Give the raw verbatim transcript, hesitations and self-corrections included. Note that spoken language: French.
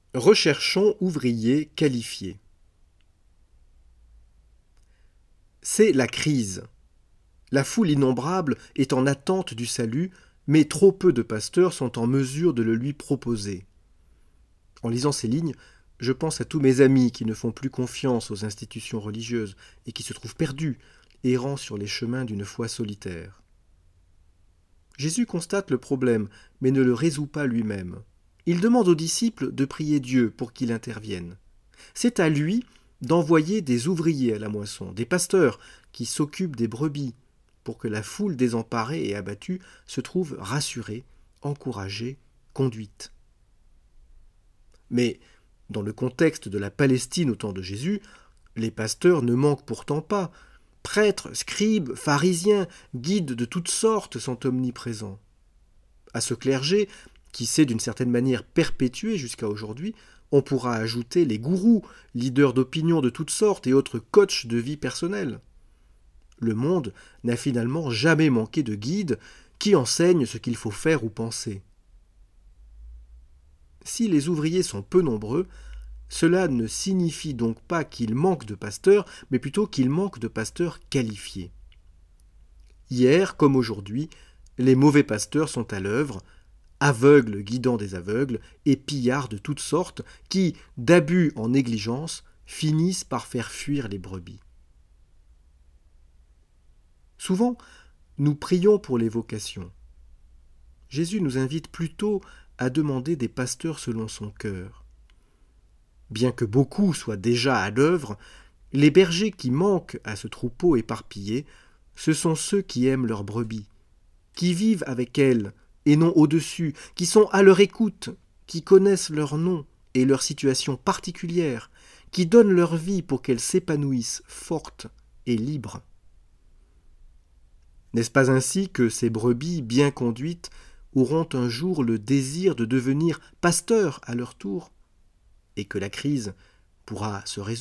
Recherchons ouvriers qualifiés. C'est la crise. La foule innombrable est en attente du salut, mais trop peu de pasteurs sont en mesure de le lui proposer. En lisant ces lignes, je pense à tous mes amis qui ne font plus confiance aux institutions religieuses et qui se trouvent perdus, errant sur les chemins d'une foi solitaire. Jésus constate le problème, mais ne le résout pas lui-même. Il demande aux disciples de prier Dieu pour qu'il intervienne. C'est à lui d'envoyer des ouvriers à la moisson, des pasteurs qui s'occupent des brebis, pour que la foule désemparée et abattue se trouve rassurée, encouragée, conduite. Mais, dans le contexte de la Palestine au temps de Jésus, les pasteurs ne manquent pourtant pas. Prêtres, scribes, pharisiens, guides de toutes sortes sont omniprésents. À ce clergé, qui s'est d'une certaine manière perpétué jusqu'à aujourd'hui, on pourra ajouter les gourous, leaders d'opinion de toutes sortes et autres coachs de vie personnelle. Le monde n'a finalement jamais manqué de guides qui enseignent ce qu'il faut faire ou penser. Si les ouvriers sont peu nombreux, cela ne signifie donc pas qu'il manque de pasteurs, mais plutôt qu'il manque de pasteurs qualifiés. Hier, comme aujourd'hui, les mauvais pasteurs sont à l'œuvre, aveugles guidant des aveugles et pillards de toutes sortes qui, d'abus en négligence, finissent par faire fuir les brebis. Souvent, nous prions pour les vocations. Jésus nous invite plutôt à demander des pasteurs selon son cœur. Bien que beaucoup soient déjà à l'œuvre, les bergers qui manquent à ce troupeau éparpillé, ce sont ceux qui aiment leurs brebis, qui vivent avec elles et non au-dessus, qui sont à leur écoute, qui connaissent leur nom et leur situation particulière, qui donnent leur vie pour qu'elles s'épanouissent fortes et libres. N'est-ce pas ainsi que ces brebis bien conduites auront un jour le désir de devenir pasteurs à leur tour, et que la crise pourra se résoudre ?